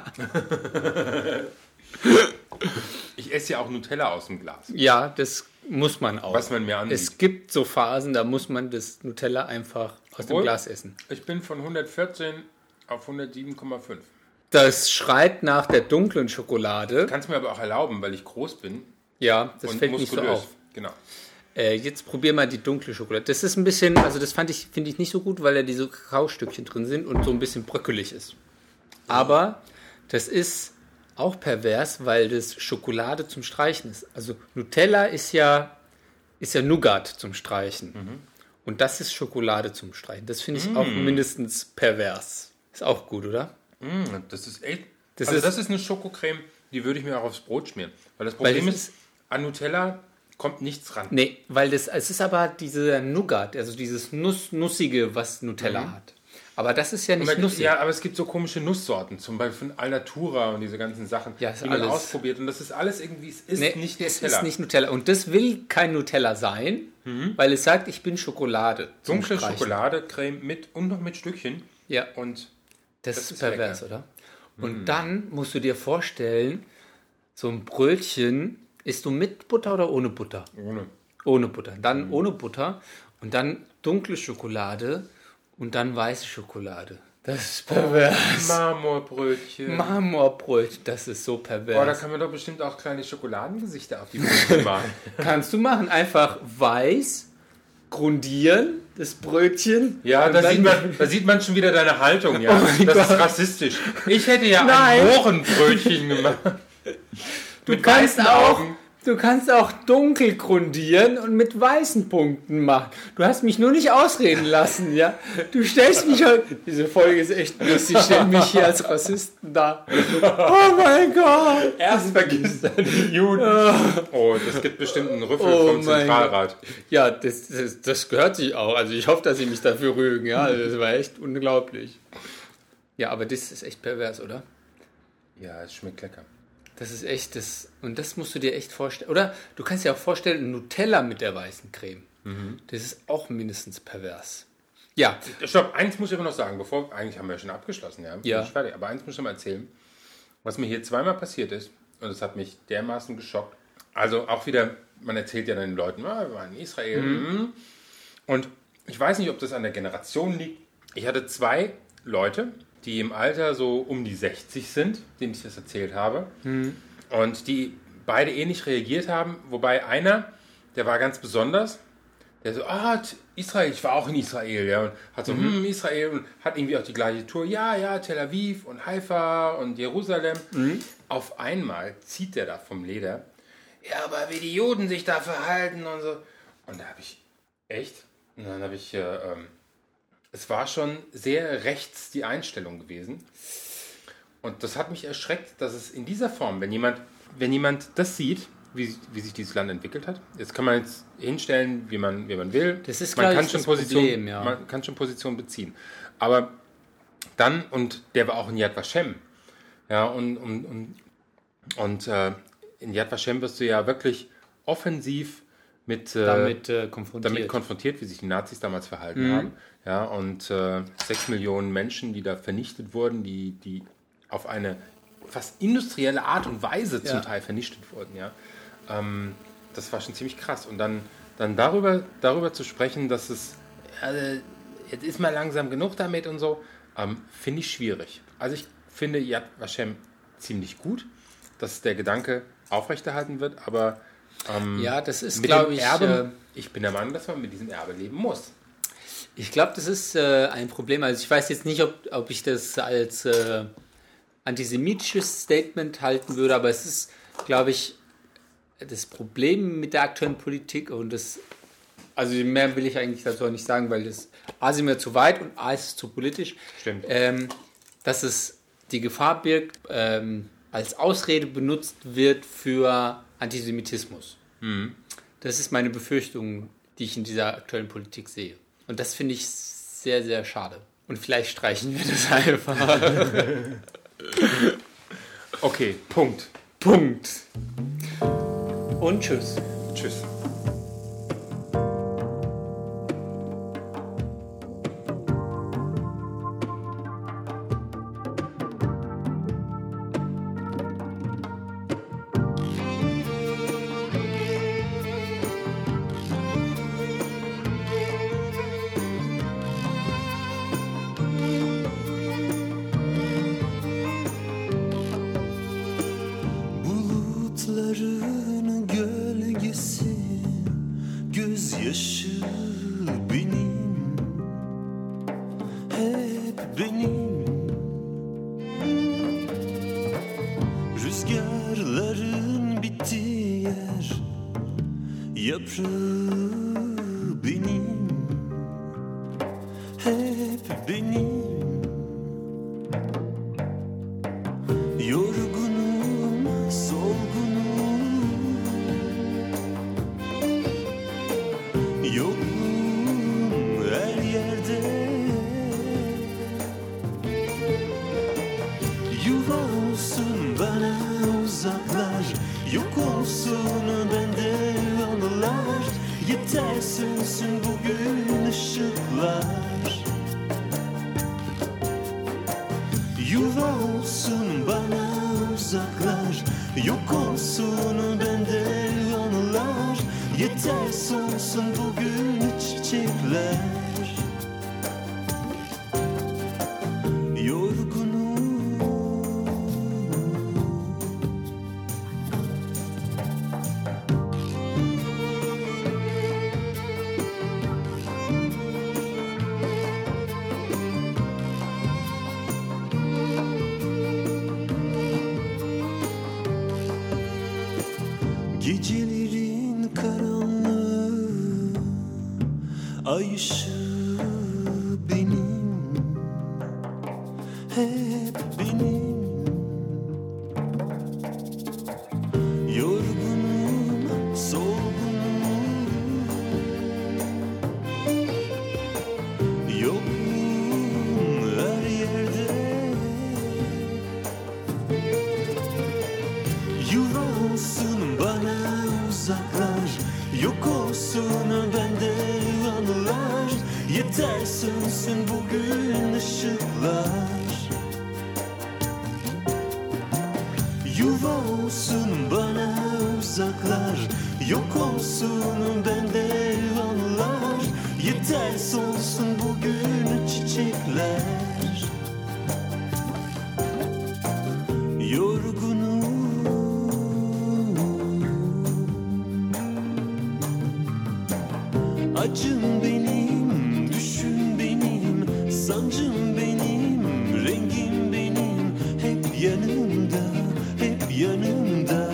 Ich esse ja auch Nutella aus dem Glas. Ja, das muss man auch. Was man mir ansieht. Es gibt so Phasen, da muss man das Nutella einfach aus dem Obwohl- Glas essen. Ich bin von hundertvierzehn auf hundertsieben Komma fünf. Das schreit nach der dunklen Schokolade. Kannst mir aber auch erlauben, weil ich groß bin Ja, das und fällt nicht so muskulös. auf. Genau. Äh, jetzt probier mal die dunkle Schokolade. Das ist ein bisschen, also das fand ich, finde ich nicht so gut, weil da diese Kakaostückchen drin sind und so ein bisschen bröckelig ist. Aber das ist auch pervers, weil das Schokolade zum Streichen ist. Also Nutella ist ja, ist ja Nougat zum Streichen. Und das ist Schokolade zum Streichen. Das finde ich auch mindestens pervers. Ist auch gut, oder? Mm, das ist echt. Das also ist- das ist eine Schokocreme, die würde ich mir auch aufs Brot schmieren. Weil das Weil Problem das ist, an Nutella kommt nichts ran. Nee, weil das, es ist aber diese Nougat, also dieses Nuss, Nussige, was Nutella hat. Aber das ist ja Und nicht da gibt- nussig. Ja, aber es gibt so komische Nusssorten, zum Beispiel von Alnatura und diese ganzen Sachen, Ja, ist die man alles- ausprobiert. Und das ist alles irgendwie, es ist Nee, nicht es Nutella. ist nicht Nutella. Und das will kein Nutella sein, weil es sagt, ich bin Schokolade. zum Dunkle Streichen. Schokolade, Creme mit und noch mit Stückchen. Ja, Und das, das ist ist pervers, lecker. oder? Und dann musst du dir vorstellen, so ein Brötchen, isst du mit Butter oder ohne Butter? ohne. Ohne Butter. Dann ohne Butter und dann dunkle Schokolade und dann weiße Schokolade. Das ist pervers. Marmorbrötchen. Marmorbrötchen, das ist so Boah, da pervers. kann man doch bestimmt auch kleine Schokoladengesichter auf die Brötchen machen. Kannst du machen. Einfach weiß grundieren, das Brötchen. Ja, Und da dann- sieht, man, da sieht man schon wieder deine Haltung, ja. Oh mein das ist Gott. rassistisch. Ich hätte ja Nein. ein Mohrenbrötchen gemacht. Du Mit kannst weißen auch, Augen. du kannst auch dunkel grundieren und mit weißen Punkten machen. Du hast mich nur nicht ausreden lassen, ja? Du stellst mich heute. Diese Folge ist echt lustig. Stell mich hier als Rassisten da. Oh mein Gott! Erst vergisst er die Juden. Oh, das gibt bestimmt einen Rüffel Oh vom mein Zentralrat. Ja, das, das, das gehört sich auch. Also ich hoffe, dass sie mich dafür rügen. Ja, also das war echt unglaublich. Ja, aber das ist echt pervers, oder? Ja, es schmeckt lecker. Das ist echt das. Und das musst du dir echt vorstellen. Oder du kannst dir auch vorstellen, Nutella mit der weißen Creme. Das ist auch mindestens pervers. Ja, Stopp, eins muss ich aber noch sagen, bevor, eigentlich haben wir ja schon abgeschlossen, ja, Ja. Bin ich fertig, aber eins muss ich noch mal erzählen, was mir hier zweimal passiert ist, und das hat mich dermaßen geschockt. Also auch wieder, man erzählt ja den Leuten, ah, wir waren in Israel, mhm. und ich weiß nicht, ob das an der Generation liegt. Ich hatte zwei Leute, die im Alter so um die sechzig sind, denen ich das erzählt habe. Mhm. Und die beide ähnlich reagiert haben. Wobei einer, der war ganz besonders. Der so, ah, Israel, ich war auch in Israel. Ja, und hat so, mhm. hm, Israel. Und hat irgendwie auch die gleiche Tour. Ja, ja, Tel Aviv und Haifa und Jerusalem. Mhm. Auf einmal zieht der da vom Leder. Ja, aber wie die Juden sich da verhalten und so. Und da habe ich, echt? Und dann habe ich, äh, ähm, es war schon sehr rechts die Einstellung gewesen. Und das hat mich erschreckt, dass es in dieser Form, wenn jemand, wenn jemand das sieht, wie, wie sich dieses Land entwickelt hat, jetzt kann man jetzt hinstellen, wie man, wie man will. Das ist, man kann ich, schon das Position, Problem, ja. Man kann schon Position beziehen. Aber dann, und der war auch in Yad Vashem, ja, und, und, und, und äh, in Yad Vashem wirst du ja wirklich offensiv mit, äh, damit, äh, konfrontiert. damit konfrontiert, wie sich die Nazis damals verhalten mhm. haben. Ja, und äh, sechs Millionen Menschen, die da vernichtet wurden, die, die auf eine fast industrielle Art und Weise zum ja. Teil vernichtet wurden. Ja. Ähm, das war schon ziemlich krass. Und dann, dann darüber, darüber zu sprechen, dass es, äh, jetzt ist mal langsam genug damit und so, ähm, finde ich schwierig. Also ich finde Yad Vashem ziemlich gut, dass der Gedanke aufrechterhalten wird, aber ähm, ja, das ist, mit glaube dem ich, Erbe, äh, ich bin der Meinung, dass man mit diesem Erbe leben muss. Ich glaube, das ist äh, ein Problem. Also ich weiß jetzt nicht, ob, ob ich das als äh, antisemitisches Statement halten würde, aber es ist, glaube ich, das Problem mit der aktuellen Politik und das, also mehr will ich eigentlich dazu auch nicht sagen, weil das A sind wir zu weit und A ist es zu politisch. Stimmt. Ähm, dass es die Gefahr birgt, ähm, als Ausrede benutzt wird für Antisemitismus. Mhm. Das ist meine Befürchtung, die ich in dieser aktuellen Politik sehe. Und das finde ich sehr, sehr schade. Und vielleicht streichen wir das einfach. Okay, Punkt. Punkt. Und tschüss. Tschüss. Bulutların gölgesi, gözyaşı benim, hep benim. Rüzgarların bittiği yer, yaprağı benim, hep benim. Yorgunum, solgunum, yokum her yerde. Yuva olsun bana uzaklar, yok olsun bende anılar. Yeter sönsün bugün ışıklar. Yuva olsun bana uzaklar, yok olsun bende anılar. Yeter solsun bugün çiçekler. Yorgunum. Gecelerin karanlığı, ay ışığı benim, hep benim. Yorgunum, solgunum, yokum her yerde. Yuva olsun bana uzaklar, yok olsun bende anılar. Yeter sönsün bugün ışıklar. Yuva olsun bana uzaklar, yok olsun bende anılar. Yeter solsun bugün çiçekler. Yorgunum, acım benim, düşün benim, sancım benim, rengim benim, hep yanımda, hep yanımda,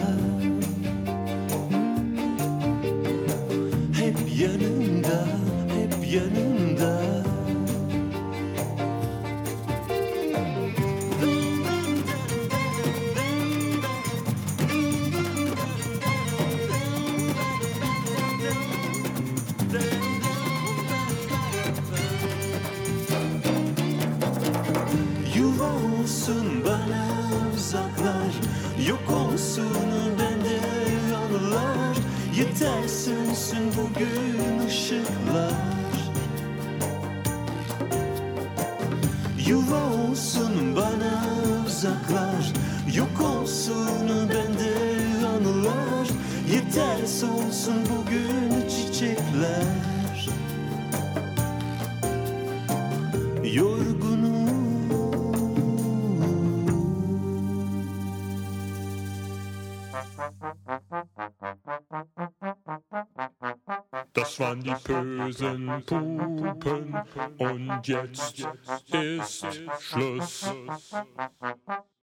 hep yanımda, hep yanımda. Yuva olsun bana uzaklar, yok olsun bende anılar. Yeter sönsün bugün ışıklar. Yuva olsun bana uzaklar, yok olsun bende anılar. Yeter solsun bugün çiçekler. Yorgunum. Das waren die bösen Pupen und jetzt ist Schluss.